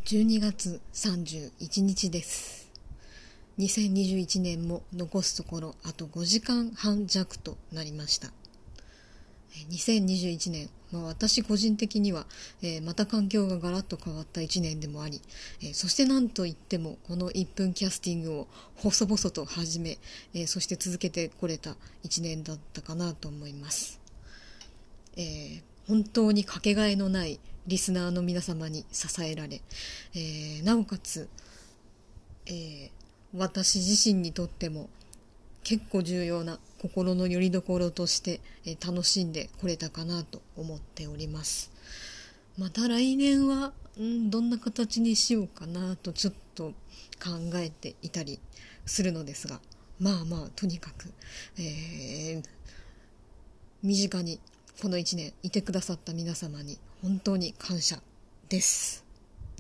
12月31日です。2021年も残すところあと5時間半弱となりました。2021年、私個人的には、また環境がガラッと変わった1年でもあり、そして何といってもこの1分キャスティングを細々と始め、そして続けてこれた1年だったかなと思います。本当にかけがえのないリスナーの皆様に支えられ、なおかつ、私自身にとっても結構重要な心の拠り所として、楽しんでこれたかなと思っております。また来年は、どんな形にしようかなとちょっと考えていたりするのですが、とにかく、身近にこの1年いてくださった皆様に本当に感謝です。